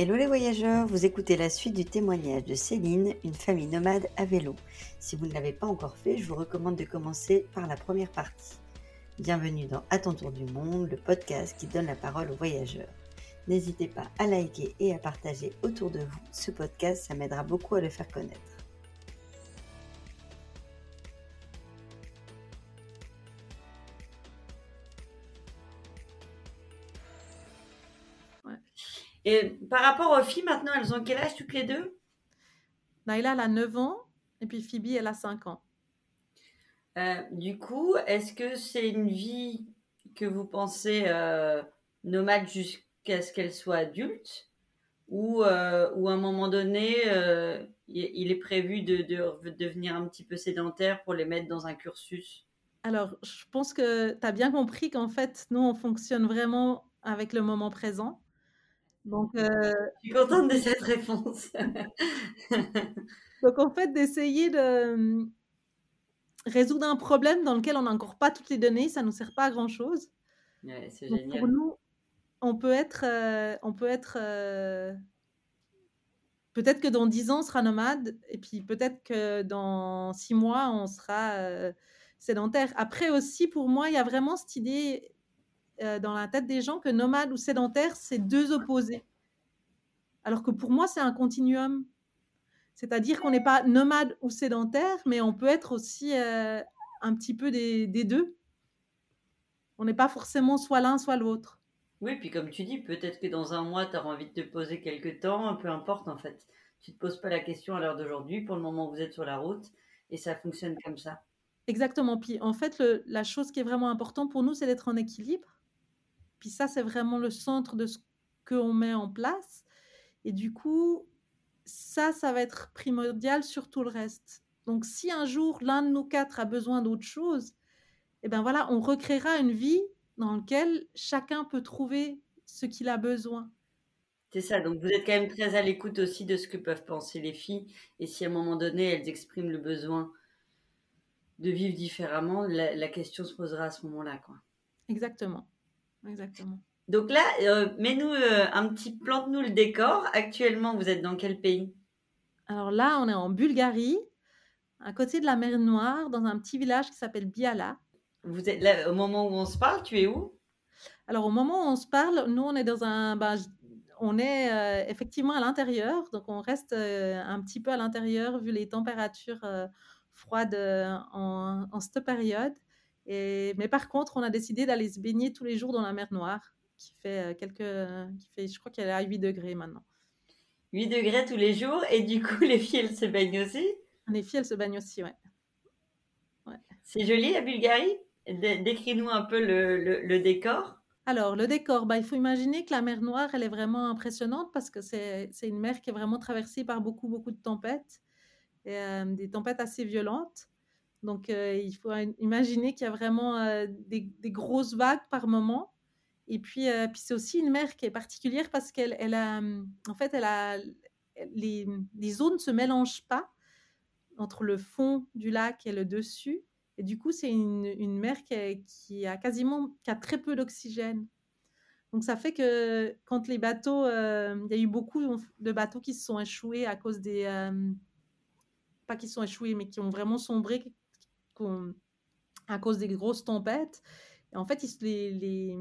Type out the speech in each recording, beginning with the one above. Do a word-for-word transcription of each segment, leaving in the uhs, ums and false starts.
Hello les voyageurs, vous écoutez la suite du témoignage de Céline, une famille nomade à vélo. Si vous ne l'avez pas encore fait, je vous recommande de commencer par la première partie. Bienvenue dans À ton tour du monde, le podcast qui donne la parole aux voyageurs. N'hésitez pas à liker et à partager autour de vous. Ce podcast, ça m'aidera beaucoup à le faire connaître. Et par rapport aux filles, maintenant, elles ont quel âge toutes les deux? Naïla, elle a neuf ans et puis Phoebe, elle a cinq ans. Euh, du coup, est-ce que c'est une vie que vous pensez euh, nomade jusqu'à ce qu'elle soit adulte ou, euh, ou à un moment donné, euh, il est prévu de, de, de devenir un petit peu sédentaire pour les mettre dans un cursus? Alors, je pense que tu as bien compris qu'en fait, nous, on fonctionne vraiment avec le moment présent. Donc, euh, Je suis contente de cette réponse. donc en fait, d'essayer de euh, résoudre un problème dans lequel on n'a encore pas toutes les données, ça ne nous sert pas à grand-chose. Ouais, c'est Donc, pour génial. nous, on peut être, euh, on peut être euh, peut-être que dans dix ans, on sera nomade, et puis peut-être que dans six mois, on sera euh, sédentaire. Après aussi, pour moi, il y a vraiment cette idée euh, dans la tête des gens que nomade ou sédentaire, c'est deux opposés. Alors que pour moi, c'est un continuum. C'est-à-dire qu'on n'est pas nomade ou sédentaire, mais on peut être aussi euh, un petit peu des, des deux. On n'est pas forcément soit l'un, soit l'autre. Oui, puis comme tu dis, peut-être que dans un mois, tu auras envie de te poser quelques temps, peu importe en fait. Tu ne te poses pas la question à l'heure d'aujourd'hui, pour le moment où vous êtes sur la route, et ça fonctionne comme ça. Exactement. Puis en fait, le, la chose qui est vraiment importante pour nous, c'est d'être en équilibre. Puis ça, c'est vraiment le centre de ce qu'on met en place. Et du coup, ça, ça va être primordial sur tout le reste. Donc, si un jour, l'un de nous quatre a besoin d'autre chose, eh ben voilà, on recréera une vie dans laquelle chacun peut trouver ce qu'il a besoin. C'est ça, donc vous êtes quand même très à l'écoute aussi de ce que peuvent penser les filles, et si à un moment donné, elles expriment le besoin de vivre différemment, la, la question se posera à ce moment-là, quoi. Exactement. Exactement. Donc là, euh, mets-nous euh, un petit, plante-nous le décor. Actuellement, vous êtes dans quel pays? Alors là, on est en Bulgarie, à côté de la mer Noire, dans un petit village qui s'appelle Biala. Vous êtes là, au moment où on se parle, tu es où? Alors, au moment où on se parle, nous, on est dans un. Ben, on est euh, effectivement à l'intérieur, donc on reste euh, un petit peu à l'intérieur vu les températures euh, froides euh, en, en cette période. Et, mais par contre, on a décidé d'aller se baigner tous les jours dans la mer Noire, qui fait euh, quelques. Qui fait, je crois qu'elle est à huit degrés maintenant. huit degrés tous les jours, et du coup, les filles, elles se baignent aussi? Les filles, elles se baignent aussi, ouais. ouais. C'est joli, la Bulgarie? Dé- Décris-nous un peu le, le, le décor. Alors, le décor, bah, il faut imaginer que la mer Noire, elle est vraiment impressionnante parce que c'est, c'est une mer qui est vraiment traversée par beaucoup, beaucoup de tempêtes, et, euh, des tempêtes assez violentes. Donc, euh, il faut imaginer qu'il y a vraiment euh, des, des grosses vagues par moment. Et puis, euh, puis c'est aussi une mer qui est particulière parce qu'elle elle a, en fait, elle a, les, les eaux ne se mélangent pas entre le fond du lac et le dessus. Et du coup, c'est une, une mer qui, est- qui a quasiment, qui a très peu d'oxygène. Donc, ça fait que quand les bateaux, euh, il y a eu beaucoup de bateaux qui se sont échoués à cause des, euh, pas qui sont échoués, mais qui ont vraiment sombré qui ont- à cause des grosses tempêtes. Et en fait, ils, les, les,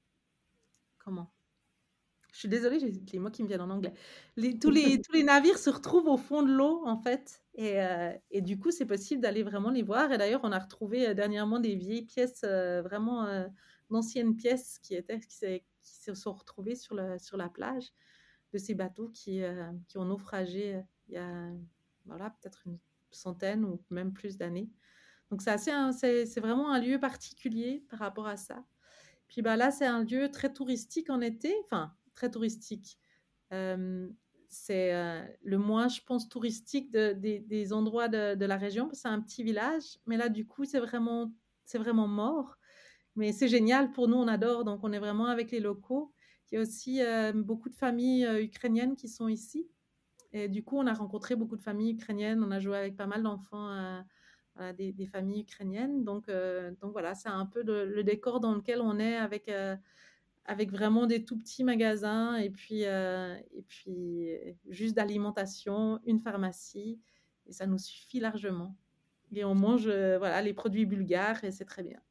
comment Je suis désolée, j'ai les mots qui me viennent en anglais. Les, tous, les, tous les navires se retrouvent au fond de l'eau, en fait. Et, euh, et du coup, c'est possible d'aller vraiment les voir. Et d'ailleurs, on a retrouvé euh, dernièrement des vieilles pièces, euh, vraiment euh, d'anciennes pièces qui, étaient, qui, s'est- qui se sont retrouvées sur, le, sur la plage de ces bateaux qui, euh, qui ont naufragé euh, il y a voilà, peut-être une centaine ou même plus d'années. Donc, c'est, assez, un- c'est, c'est vraiment un lieu particulier par rapport à ça. Puis bah, là, c'est un lieu très touristique en été, enfin, très touristique. Euh, c'est euh, le moins, je pense, touristique de- des- des endroits de, de la région, parce que c'est un petit village. Mais là, du coup, c'est vraiment, c'est vraiment mort. Mais c'est génial pour nous, on adore. Donc, on est vraiment avec les locaux. Il y a aussi euh, beaucoup de familles euh, ukrainiennes qui sont ici. Et du coup, on a rencontré beaucoup de familles ukrainiennes. On a joué avec pas mal d'enfants, euh, euh, des, des familles ukrainiennes. Donc, euh, donc voilà, c'est un peu le, le décor dans lequel on est avec, euh, avec vraiment des tout petits magasins et puis, heu et puis, heu, juste d'alimentation, une pharmacie et ça nous suffit largement et on mange, heu, voilà, les produits bulgares et c'est très bien.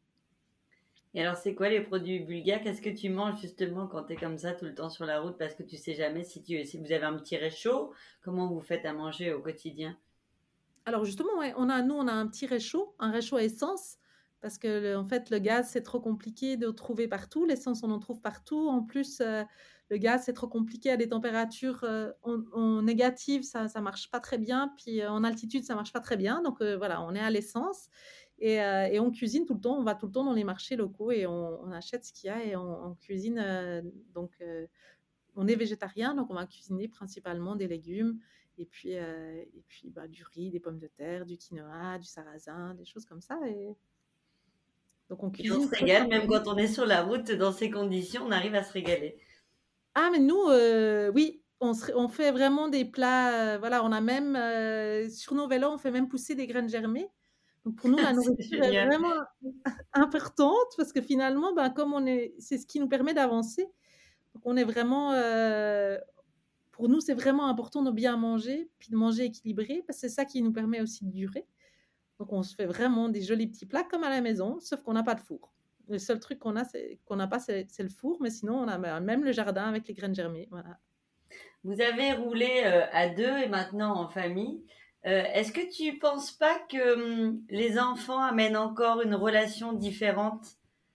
Et alors, c'est quoi les produits bulgares? Qu'est-ce que tu manges justement quand tu es comme ça tout le temps sur la route parce que tu sais jamais si tu si vous avez un petit réchaud? Comment vous faites à manger au quotidien? Alors justement, ouais, on a nous, on a un petit réchaud, un réchaud à essence parce que le en fait, le gaz, c'est trop compliqué de trouver partout. L'essence, on en trouve partout. En plus, heu, le gaz, c'est trop compliqué à des températures, heu, en en négatives, ça ça marche pas très bien. Puis, heu, en altitude, ça marche pas très bien. Donc, heu, voilà, on est à l'essence et heu et on cuisine tout le temps. On va tout le temps dans les marchés locaux et on on achète ce qu'il y a et on on cuisine, heu, donc, heu on est végétarien, donc on va cuisiner principalement des légumes et puis, heu et puis, bah, du riz, des pommes de terre, du quinoa, du sarrasin, des choses comme ça et donc on Et on se cuisine très régale, même simplement. quand on est sur la route, dans ces conditions, on arrive à se régaler. Ah mais nous, heu, oui, on se on fait vraiment des plats, heu, voilà, on a même, heu, sur nos vélos, on fait même pousser des graines germées. Donc pour nous, la C'est nourriture est génial. vraiment importante parce que finalement, ben, comme on est c'est ce qui nous permet d'avancer. Donc on est vraiment, heu pour nous, c'est vraiment important de bien manger, puis de manger équilibré, parce que c'est ça qui nous permet aussi de durer. Donc on se fait vraiment des jolis petits plats comme à la maison, sauf qu'on n'a pas de four. Le seul truc qu'on a, c'est qu'on n'a pas, c'est c'est le four, mais sinon on a bah, même le jardin avec les graines germées, voilà. Vous avez roulé euh, à deux et maintenant en famille. Euh, est-ce que tu penses pas que hum, les enfants amènent encore une relation différente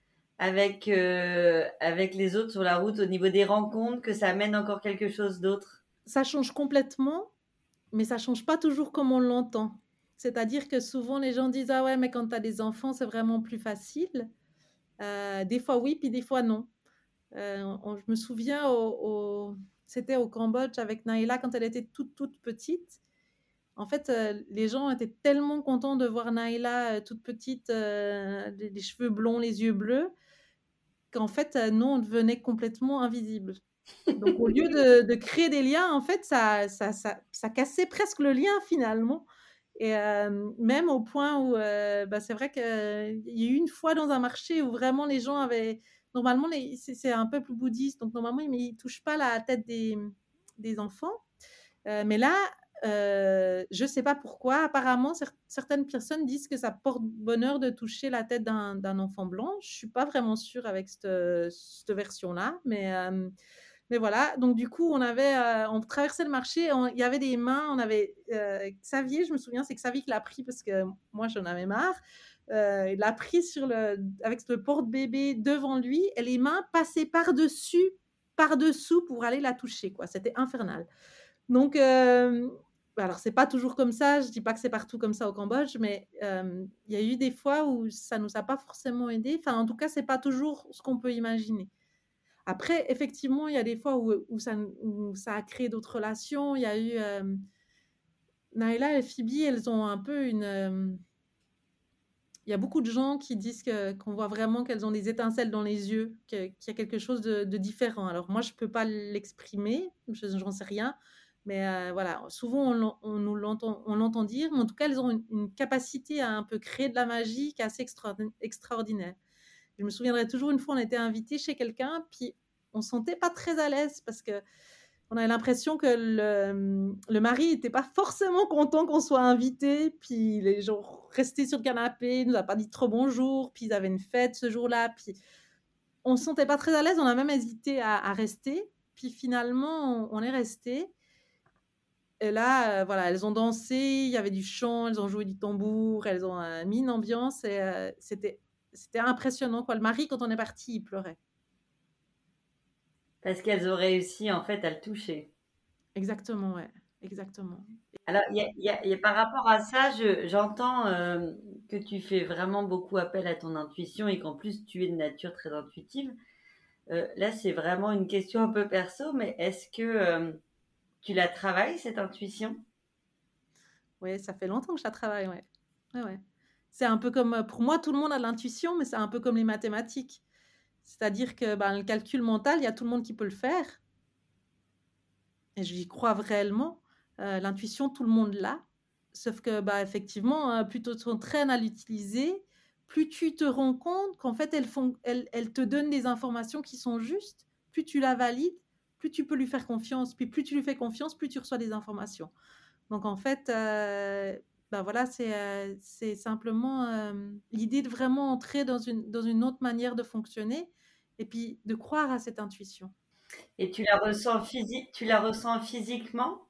avec, euh, avec les autres sur la route au niveau des rencontres, que ça amène encore quelque chose d'autre? Ça change complètement, mais ça change pas toujours comme on l'entend. C'est-à-dire que souvent les gens disent: «Ah ouais, mais quand tu as des enfants, c'est vraiment plus facile». Heu, des fois oui, puis des fois non. Heu, on je me souviens au au c'était au Cambodge avec Naïla quand elle était toute, toute petite. En fait, heu, les gens étaient tellement contents de voir Naïla, heu, toute petite, heu, les les cheveux blonds, les yeux bleus, qu'en fait, heu, nous, on devenait complètement invisibles. Donc au lieu de de créer des liens, en fait, ça ça ça ça cassait presque le lien finalement et hem, même au point où, heu, bah, c'est vrai qu'il y a eu une fois dans un marché où vraiment les gens avaient normalement les c'est c'est un peuple bouddhiste, donc normalement ils ils touchent pas la tête des, mmh, des enfants. Heu, mais là, heu, je sais pas pourquoi, apparemment cer certaines personnes disent que ça porte bonheur de toucher la tête d'un d'un enfant blanc. Je suis pas vraiment sûre avec cette, cette version-là, mais hem, mais voilà. Donc du coup, on avait, heu, on traversait le marché, on il y avait des mains, on avait, heu, Xavier, je me souviens, c'est Xavier qui l'a pris parce que moi j'en avais marre. Heu, il l'a pris sur le avec le porte-bébé devant lui et les mains passaient par-dessus par-dessous pour aller la toucher, quoi. C'était infernal. Donc, hem, alors c'est pas toujours comme ça, je dis pas que c'est partout comme ça au Cambodge, mais, hem, il y a eu des fois où ça nous a pas forcément aidés. Enfin, en tout cas, c'est pas toujours ce qu'on peut imaginer. Après, effectivement, il y a des fois où où ça n où ça a créé d'autres relations. Il y a eu, hem, Naïla et Phoebe, elles ont un peu une, hem il y a beaucoup de gens qui disent que qu'on voit vraiment qu'elles ont des étincelles dans les yeux, que qu'il y a quelque chose de de différent. Alors moi, je peux pas l'exprimer, je j'en sais rien, mais heu, voilà, souvent on l'en on nous l'entend on l'entend dire, mais en tout cas, elles ont une une capacité à un peu créer de la magie qui est assez extraordi extraordinaire. Je me souviendrai toujours une fois, on était invités chez quelqu'un, puis on se sentait pas très à l'aise parce que on avait l'impression que le, mmh, le mari était pas forcément content qu'on soit invités, puis les gens restaient sur le canapé, il nous a pas dit trop bonjour, puis ils avaient une fête ce jour-là, puis on se sentait pas très à l'aise, on a même hésité à à rester, puis finalement on on est restés et là, heu, voilà, elles ont dansé, il y avait du chant, elles ont joué du tambour, elles ont, heu, mis une ambiance et heu, c'était c'était impressionnant, quoi. Le mari, quand on est partis, il pleurait. Parce qu'elles ont réussi en fait à le toucher. Exactement, ouais, exactement. Alors, il y a, il y a- il y a- par rapport à ça, je- j'entends euh, que tu fais vraiment beaucoup appel à ton intuition et qu'en plus tu es de nature très intuitive. Euh, là, c'est vraiment une question un peu perso, mais est-ce que euh, tu la travailles, cette intuition? Ouais, ça fait longtemps que je la travaille, ouais. Ouais, ouais. C'est un peu comme, heu, pour moi, tout le monde a de l'intuition, mais c'est un peu comme les mathématiques. C'est-à-dire que, ben, le calcul mental, il y a tout le monde qui peut le faire et j'y crois réellement. Heu, l'intuition, tout le monde l'a. Sauf que, bah, effectivement, heu, plus tu t'entraînes à l'utiliser, plus tu te rends compte qu'en fait, elles, font, elles, elles te donnent des informations qui sont justes, plus tu la valides, plus tu peux lui faire confiance. Puis plus tu lui fais confiance, plus tu reçois des informations. Donc en fait, euh, ben voilà, c'est, euh, c'est simplement euh, l'idée de vraiment entrer dans une, dans une autre manière de fonctionner et puis de croire à cette intuition. Et tu la ressens physique, tu la ressens physiquement?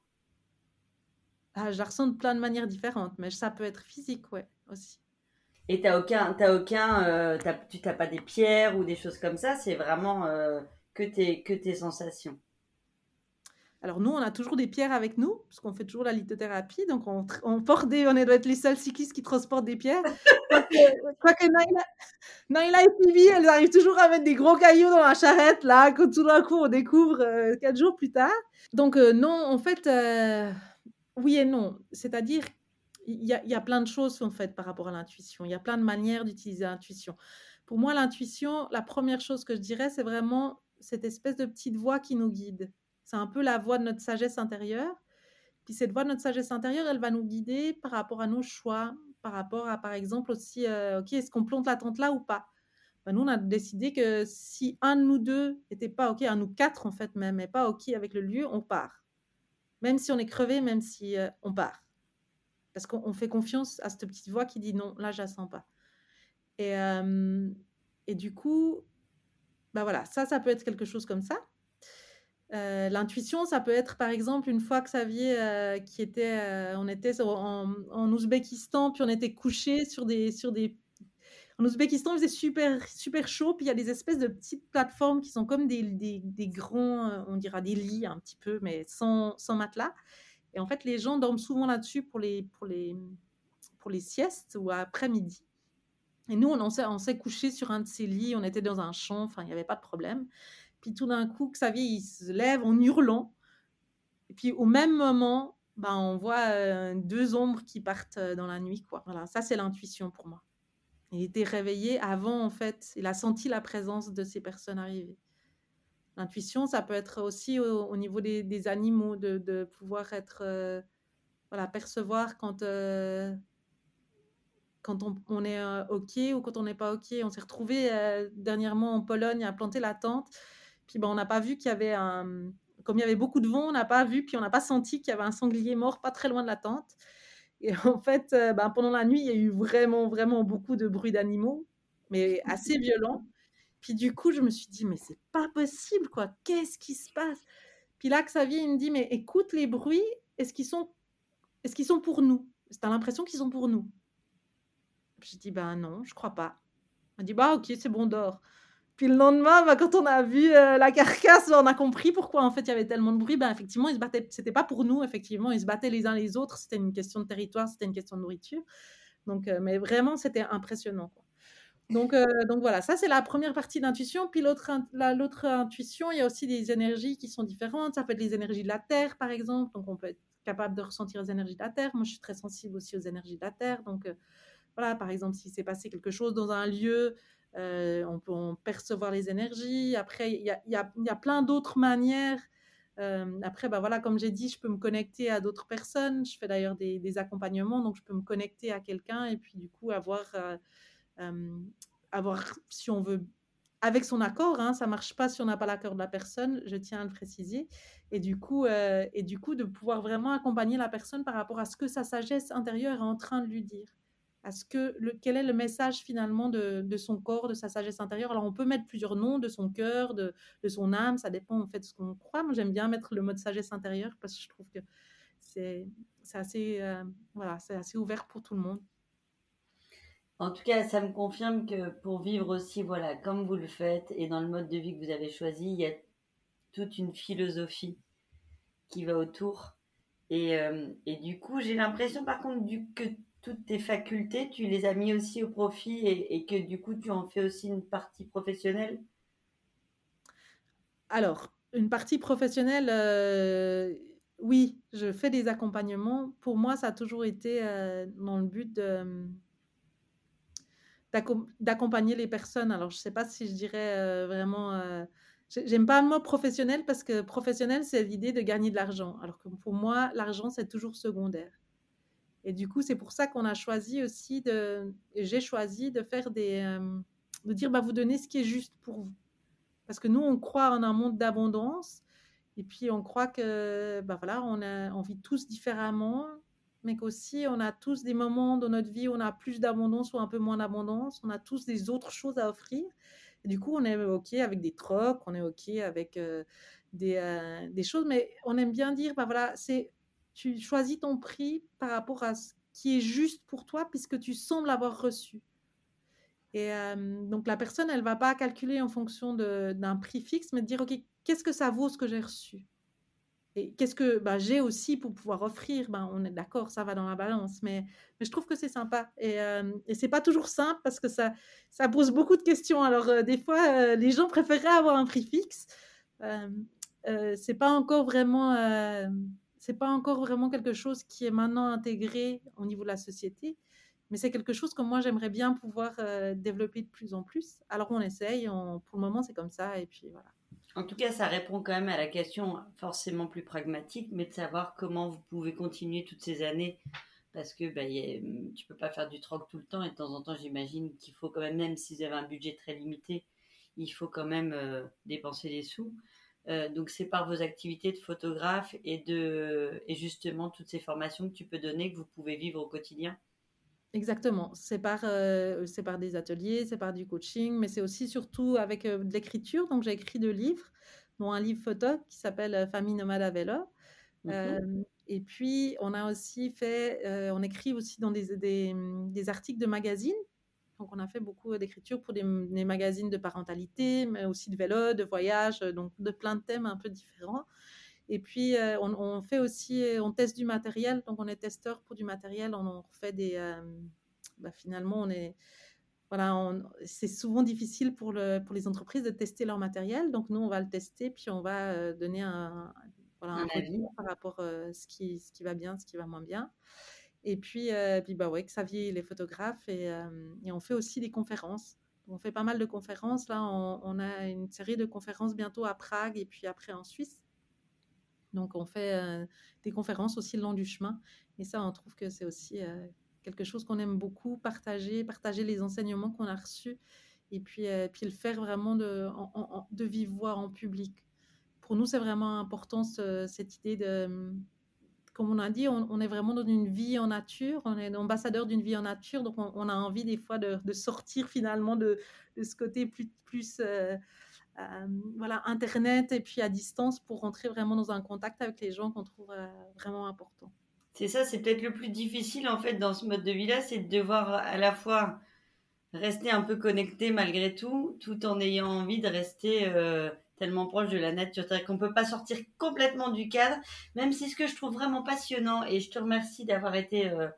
Ah, je la ressens de plein de manières différentes, mais ça peut être physique, ouais, aussi. Et t'as aucun, t'as aucun, euh, t'as- tu t'as pas des pierres ou des choses comme ça, c'est vraiment euh, que tes, que tes sensations. Alors nous, on a toujours des pierres avec nous, parce qu'on fait toujours la lithothérapie, donc on, on porte des, on doit être les seuls cyclistes qui transportent des pierres. Quoique, quoique Naïla, Naïla et Phoebe, elles arrivent toujours à mettre des gros cailloux dans la charrette, là, quand tout d'un coup on découvre euh, quatre jours plus tard. Donc euh, non, en fait, euh, oui et non. C'est-à-dire, il y, y, a plein de choses en fait par rapport à l'intuition. Il y a plein de manières d'utiliser l'intuition. Pour moi, l'intuition, la première chose que je dirais, c'est vraiment cette espèce de petite voix qui nous guide. C'est un peu la voix de notre sagesse intérieure. Puis cette voix de notre sagesse intérieure, elle va nous guider par rapport à nos choix, par rapport à, par exemple, aussi, euh, ok, est-ce qu'on plante la tente là ou pas? Ben, nous, on a décidé que si un de nous deux n'était pas ok, un de nous quatre en fait même, n'est pas ok avec le lieu, on part. Même si on est crevé, même si euh, on part. Parce qu'on fait confiance à cette petite voix qui dit non, là, je la sens pas. Et, euh, et du coup, ben voilà, ça, ça peut être quelque chose comme ça. Euh, l'intuition, ça peut être par exemple une fois que Xavier, euh, qui était, euh, on était en, en Ouzbékistan, puis on était couché sur des, sur des. En Ouzbékistan, il faisait super, super chaud, puis il y a des espèces de petites plateformes qui sont comme des, des, des grands, euh, on dira des lits un petit peu, mais sans, sans matelas. Et en fait, les gens dorment souvent là-dessus pour les, pour les, pour les siestes ou après-midi. Et nous, on, s'est, on s'est couché sur un de ces lits, on était dans un champ, enfin, il n'y avait pas de problème. Puis tout d'un coup, Xavier, il se lève en hurlant. Et puis au même moment, ben, on voit euh, deux ombres qui partent euh, dans la nuit, quoi. Voilà, ça, c'est l'intuition pour moi. Il était réveillé avant, en fait. Il a senti la présence de ces personnes arriver. L'intuition, ça peut être aussi au, au niveau des, des animaux, de, de pouvoir être, euh, voilà, percevoir quand, euh, quand on, on est euh, OK ou quand on n'est pas OK. On s'est retrouvé euh, dernièrement en Pologne à planter la tente. Puis ben, on n'a pas vu qu'il y avait un... Comme il y avait beaucoup de vent, on n'a pas vu, puis on n'a pas senti qu'il y avait un sanglier mort pas très loin de la tente. Et en fait, euh, ben, pendant la nuit, il y a eu vraiment, vraiment beaucoup de bruits d'animaux, mais assez violents. Puis du coup, je me suis dit, mais c'est pas possible, quoi. Qu'est-ce qui se passe? Puis là, Xavier, il me dit, mais écoute les bruits, est-ce qu'ils sont, est-ce qu'ils sont pour nous? T'as l'impression qu'ils sont pour nous? J'ai dit, ben non, je crois pas. Il m'a dit, bah ok, c'est bon, dors. Puis le lendemain, bah, quand on a vu euh, la carcasse, on a compris pourquoi en fait il y avait tellement de bruit. Ben, effectivement, ils se battaient. C'était pas pour nous, effectivement, ils se battaient les uns les autres. C'était une question de territoire, c'était une question de nourriture. Donc, euh, mais vraiment, c'était impressionnant, quoi. Donc, euh, donc voilà, ça c'est la première partie d'intuition. Puis l'autre, la, l'autre intuition, il y a aussi des énergies qui sont différentes. Ça peut être les énergies de la Terre, par exemple. Donc on peut être capable de ressentir les énergies de la Terre. Moi, je suis très sensible aussi aux énergies de la Terre. Donc euh, voilà, par exemple, s'il s'est passé quelque chose dans un lieu, euh, on peut en percevoir les énergies. Après, il y a, y a, y a plein d'autres manières. Euh, après, bah voilà, comme j'ai dit, je peux me connecter à d'autres personnes. Je fais d'ailleurs des, des accompagnements, donc je peux me connecter à quelqu'un et puis du coup avoir... Euh, euh, avoir, si on veut, avec son accord, hein, ça ne marche pas si on n'a pas l'accord de la personne, je tiens à le préciser, et du coup, euh, et du coup de pouvoir vraiment accompagner la personne par rapport à ce que sa sagesse intérieure est en train de lui dire. À ce que le, quel est le message finalement de, de son corps, de sa sagesse intérieure. Alors on peut mettre plusieurs noms, de son cœur, de, de son âme, ça dépend en fait de ce qu'on croit. Moi j'aime bien mettre le mot de sagesse intérieure parce que je trouve que c'est, c'est assez, euh, voilà, c'est assez ouvert pour tout le monde. En tout cas, ça me confirme que pour vivre aussi, voilà, comme vous le faites et dans le mode de vie que vous avez choisi, il y a toute une philosophie qui va autour. Et, euh, et du coup, j'ai l'impression par contre du, que toutes tes facultés, tu les as mis aussi au profit et, et que du coup, tu en fais aussi une partie professionnelle. Alors, une partie professionnelle, euh, oui, je fais des accompagnements. Pour moi, ça a toujours été euh, dans le but de, d'accompagner les personnes. Alors, je ne sais pas si je dirais euh, vraiment... Euh, j'aime pas le mot professionnel parce que professionnel, c'est l'idée de gagner de l'argent. Alors que pour moi, l'argent, c'est toujours secondaire. Et du coup, c'est pour ça qu'on a choisi aussi de, et j'ai choisi de faire des, euh, de dire, bah, vous donnez ce qui est juste pour vous. Parce que nous, on croit en un monde d'abondance, et puis on croit que, bah voilà, on a, on vit tous différemment, mais qu'aussi on a tous des moments dans notre vie où on a plus d'abondance ou un peu moins d'abondance. On a tous des autres choses à offrir. Et du coup, on est OK avec des trocs, on est OK avec euh, des, euh, des choses, mais on aime bien dire, bah voilà, c'est, tu choisis ton prix par rapport à ce qui est juste pour toi, puisque tu sembles avoir reçu. Et euh, donc la personne, elle va pas calculer en fonction de, d'un prix fixe, mais de dire, OK, qu'est-ce que ça vaut ce que j'ai reçu? Et qu'est-ce que bah, j'ai aussi pour pouvoir offrir? Ben, on est d'accord, ça va dans la balance, mais, mais je trouve que c'est sympa. Et, euh, et c'est pas toujours simple parce que ça, ça pose beaucoup de questions. Alors, euh, des fois, euh, les gens préféreraient avoir un prix fixe. Euh, euh, c'est pas encore vraiment, euh, c'est pas encore vraiment quelque chose qui est maintenant intégré au niveau de la société, mais c'est quelque chose que moi j'aimerais bien pouvoir euh, développer de plus en plus. Alors on essaye, on, pour le moment c'est comme ça, et puis voilà. En tout cas, ça répond quand même à la question forcément plus pragmatique, mais de savoir comment vous pouvez continuer toutes ces années. Parce que bah, y a, tu peux pas faire du troc tout le temps et de temps en temps, j'imagine qu'il faut quand même, même si vous avez un budget très limité, il faut quand même euh, dépenser des sous. Euh, donc c'est par vos activités de photographe et, de, et justement toutes ces formations que tu peux donner que vous pouvez vivre au quotidien. Exactement. C'est par, euh, c'est par des ateliers, c'est par du coaching, mais c'est aussi surtout avec euh, de l'écriture. Donc, j'ai écrit deux livres, dont un livre photo qui s'appelle euh, Famille nomade à vélo. Mhm. Euh, et puis, on a aussi fait, euh, on écrit aussi dans des, des, des articles de magazines. Donc, on a fait beaucoup d'écriture pour des, des magazines de parentalité, mais aussi de vélo, de voyage, donc de plein de thèmes un peu différents. Et puis, euh, on, on fait aussi, on teste du matériel. Donc, on est testeur pour du matériel. On, on fait des. Euh, bah, finalement, on est. Voilà, on- c'est souvent difficile pour, le, pour les entreprises de tester leur matériel. Donc, nous, on va le tester, puis on va euh, donner un, voilà, un Un avis. retour par rapport à euh, ce, qui, ce qui va bien, ce qui va moins bien. Et puis, euh, puis bah ouais, Xavier, il est photographe et, euh, et on fait aussi des conférences. On fait pas mal de conférences. Là, on, on a une série de conférences bientôt à Prague et puis après en Suisse. Donc, on fait euh, des conférences aussi le long du chemin. Et ça, on trouve que c'est aussi euh, quelque chose qu'on aime beaucoup, partager, partager les enseignements qu'on a reçus et puis, euh, puis le faire vraiment de, en, en, de vive voix en public. Pour nous, c'est vraiment important ce, cette idée de, comme on a dit, on, on, est vraiment dans une vie en nature, on est ambassadeur d'une vie en nature, donc on, on, a envie des fois de, de sortir finalement de, de ce côté plus... plus euh, euh, voilà, Internet et puis à distance pour rentrer vraiment dans un contact avec les gens qu'on trouve euh, vraiment important. C'est ça, c'est peut-être le plus difficile en fait dans ce mode de vie-là, c'est de devoir à la fois rester un peu connecté malgré tout, tout en ayant envie de rester euh, tellement proche de la nature. C'est-à-dire qu'on ne peut pas sortir complètement du cadre, même si ce que je trouve vraiment passionnant, et je te remercie d'avoir été, euh,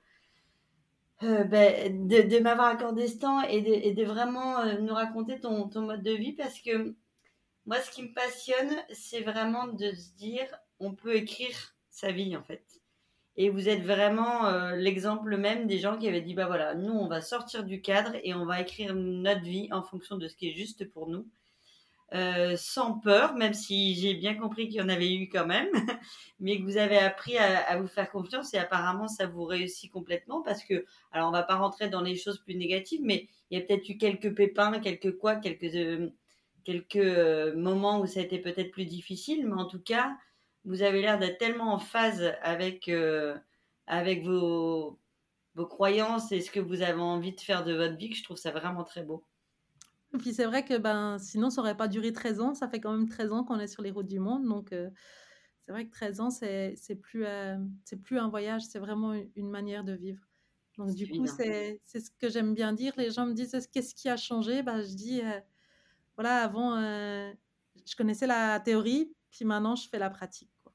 euh, ben, de, de m'avoir accordé ce temps et de, et de vraiment euh, nous raconter ton, ton mode de vie, parce que moi, ce qui me passionne, c'est vraiment de se dire, on peut écrire sa vie en fait. Et vous êtes vraiment euh, l'exemple même des gens qui avaient dit, bah voilà, nous, on va sortir du cadre et on va écrire notre vie en fonction de ce qui est juste pour nous, euh, sans peur, même si j'ai bien compris qu'il y en avait eu quand même, mais que vous avez appris à, à vous faire confiance et apparemment, ça vous réussit complètement parce que, alors on va pas rentrer dans les choses plus négatives, mais il y a peut-être eu quelques pépins, quelques quoi, quelques, euh, quelques euh, moments où ça a été peut-être plus difficile, mais en tout cas, vous avez l'air d'être tellement en phase avec, euh, avec vos, vos croyances et ce que vous avez envie de faire de votre vie que je trouve ça vraiment très beau. Et puis c'est vrai que ben, sinon ça n'aurait pas duré treize ans, ça fait quand même treize ans qu'on est sur les routes du monde, donc euh, c'est vrai que treize ans, c'est, c'est, plus, euh, c'est plus un voyage, c'est vraiment une, une manière de vivre. Donc C'est du coup, évident. c'est, c'est ce que j'aime bien dire. Les gens me disent, qu'est-ce qui a changé? Ben, je dis, euh, voilà, avant, euh, je connaissais la théorie, puis maintenant, je fais la pratique, quoi.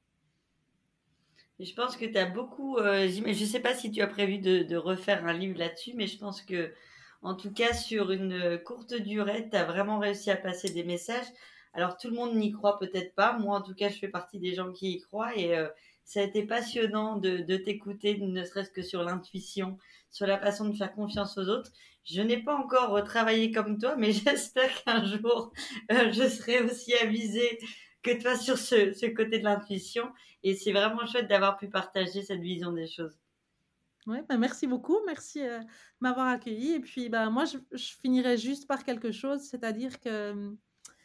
Et je pense que tu as beaucoup. Euh, je ne sais pas si tu as prévu de, de refaire un livre là-dessus, mais je pense que, en tout cas, sur une courte durée, tu as vraiment réussi à passer des messages. Alors, tout le monde n'y croit peut-être pas. Moi, en tout cas, je fais partie des gens qui y croient. Et euh, ça a été passionnant de, de t'écouter, ne serait-ce que sur l'intuition, sur la façon de faire confiance aux autres. Je n'ai pas encore travaillé comme toi, mais j'espère qu'un jour, euh, je serai aussi avisée que toi sur ce, ce côté de l'intuition. Et c'est vraiment chouette d'avoir pu partager cette vision des choses. Ouais, bah, merci beaucoup, merci, heu, de m'avoir accueillie et puis, bah, moi je je finirai juste par quelque chose, c'est-à-dire que, hem,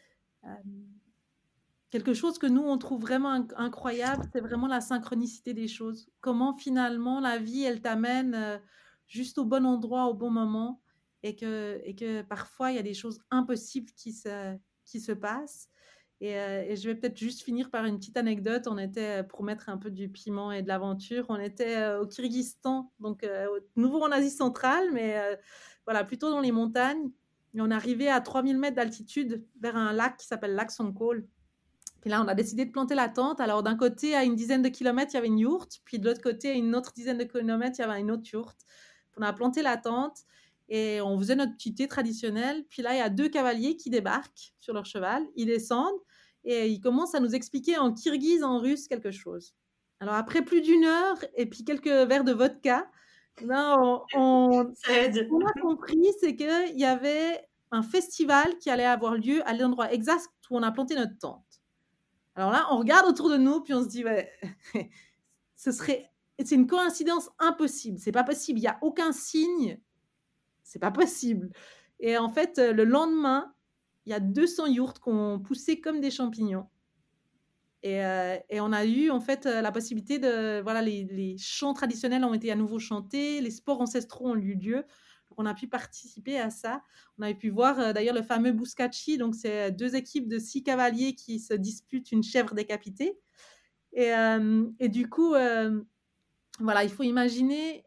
quelque chose que nous on trouve vraiment inc incroyable, c'est vraiment la synchronicité des choses. Comment finalement la vie elle t'amène, heu, juste au bon endroit, au bon moment et que et que parfois il y a des choses impossibles qui se qui se passent et heu et je vais peut-être juste finir par une petite anecdote. On était, heu, pour mettre un peu du piment et de l'aventure, on était, heu, au Kirghizistan, donc heu, au nouveau en Asie centrale, mais heu, voilà, plutôt dans les montagnes et on est arrivé à trois mille mètres d'altitude vers un lac qui s'appelle lac Songkhol. Puis là, on a décidé de planter la tente. Alors d'un côté, à une dizaine de kilomètres, il y avait une yourte, puis de l'autre côté, à une autre dizaine de kilomètres, il y avait une autre yourte. On a planté la tente et on faisait notre petit thé traditionnel. Puis là, il y a deux cavaliers qui débarquent sur leur cheval. Ils descendent et ils commencent à nous expliquer en kirghize, en russe, quelque chose. Alors après plus d'une heure et puis quelques verres de vodka, ben, on, on, Ça aide. on a compris, c'est qu'il y avait un festival qui allait avoir lieu à l'endroit exact où on a planté notre tente. Alors là, on regarde autour de nous, puis on se dit, ouais, ce serait, c'est une coïncidence impossible. C'est pas possible. Il n'y a aucun signe. C'est pas possible. Et en fait, le lendemain, il y a deux cents yourtes qui ont poussé comme des champignons. Et, euh, et on a eu en fait la possibilité de, voilà, les, les chants traditionnels ont été à nouveau chantés, les sports ancestraux ont eu lieu. Donc on a pu participer à ça. On a pu voir euh, d'ailleurs le fameux Bouskachi, donc c'est deux équipes de six cavaliers qui se disputent une chèvre décapitée. Et, euh, et du coup, euh, voilà, il faut imaginer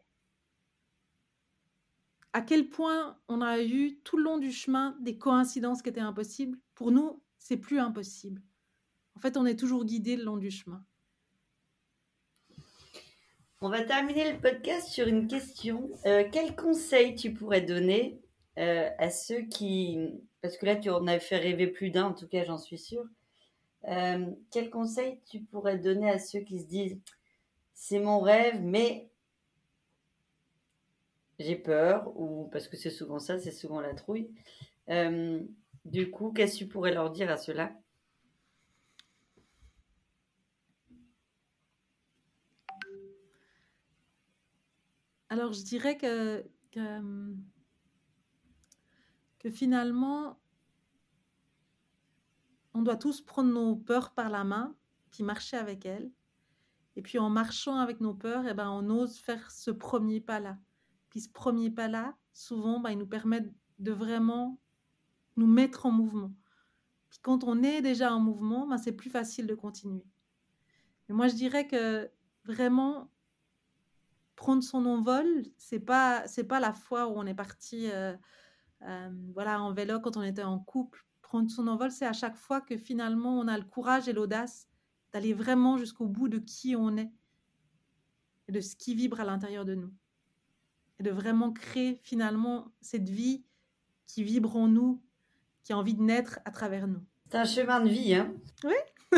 à quel point on a eu tout le long du chemin des coïncidences qui étaient impossibles. Pour nous, c'est plus impossible. En fait, on est toujours guidé le long du chemin. On va terminer le podcast sur une question. Euh, quel conseil tu pourrais donner euh, à ceux qui... Parce que là, tu en as fait rêver plus d'un, en tout cas, j'en suis sûre. Euh, quel conseil tu pourrais donner à ceux qui se disent « c'est mon rêve, mais j'ai peur » ou parce que c'est souvent ça, c'est souvent la trouille. Euh, du coup, qu'est-ce que tu pourrais leur dire à ceux-là ? Alors, je dirais que, que, que finalement, on doit tous prendre nos peurs par la main, puis marcher avec elles. Et puis, en marchant avec nos peurs, eh ben, on ose faire ce premier pas-là. Puis, ce premier pas-là, souvent, ben, il nous permet de vraiment nous mettre en mouvement. Puis, quand on est déjà en mouvement, ben, c'est plus facile de continuer. Et moi, je dirais que vraiment, prendre son envol, c'est pas c'est pas la fois où on est parti euh, euh, voilà, en vélo quand on était en couple. Prendre son envol, c'est à chaque fois que finalement on a le courage et l'audace d'aller vraiment jusqu'au bout de qui on est et de ce qui vibre à l'intérieur de nous. Et de vraiment créer finalement cette vie qui vibre en nous, qui a envie de naître à travers nous. C'est un chemin de vie, hein ? Oui.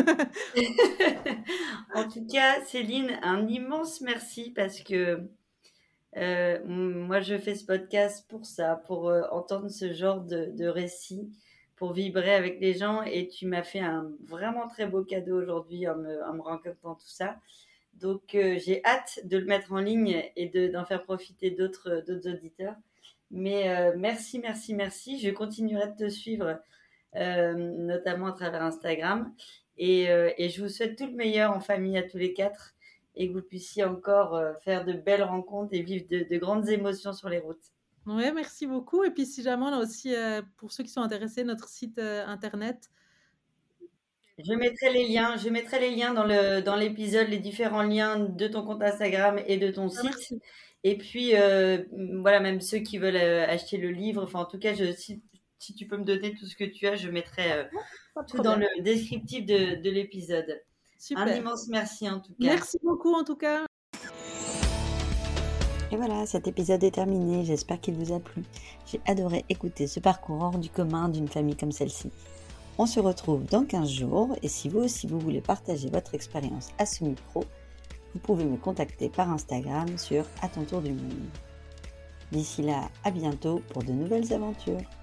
En tout cas, Céline, un immense merci parce que euh, moi, je fais ce podcast pour ça, pour euh, entendre ce genre de, de récit, pour vibrer avec les gens. Et tu m'as fait un vraiment très beau cadeau aujourd'hui en me, en me racontant tout ça. Donc, euh, j'ai hâte de le mettre en ligne et de, d'en faire profiter d'autres, d'autres auditeurs. Mais euh, merci, merci, merci. Je continuerai de te suivre, euh, notamment à travers Instagram. Et, euh, et je vous souhaite tout le meilleur en famille à tous les quatre et que vous puissiez encore euh, faire de belles rencontres et vivre de, de grandes émotions sur les routes. Oui, merci beaucoup. Et puis, si jamais on a aussi, euh, pour ceux qui sont intéressés, notre site euh, internet. Je mettrai les liens, je mettrai les liens dans, le, dans l'épisode, les différents liens de ton compte Instagram et de ton Ah, site. merci. Et puis, euh, voilà, même ceux qui veulent euh, acheter le livre, enfin, en tout cas, je, si, si tu peux me donner tout ce que tu as, je mettrai euh, Pas de tout dans problème. le descriptif de, de l'épisode. Un Super. immense merci en tout cas. Merci beaucoup en tout cas. Et voilà, cet épisode est terminé, j'espère qu'il vous a plu. J'ai adoré écouter ce parcours hors du commun d'une famille comme celle-ci. On se retrouve dans quinze jours et si vous aussi vous voulez partager votre expérience à ce micro, vous pouvez me contacter par Instagram sur À ton tour du monde. D'ici là, à bientôt pour de nouvelles aventures.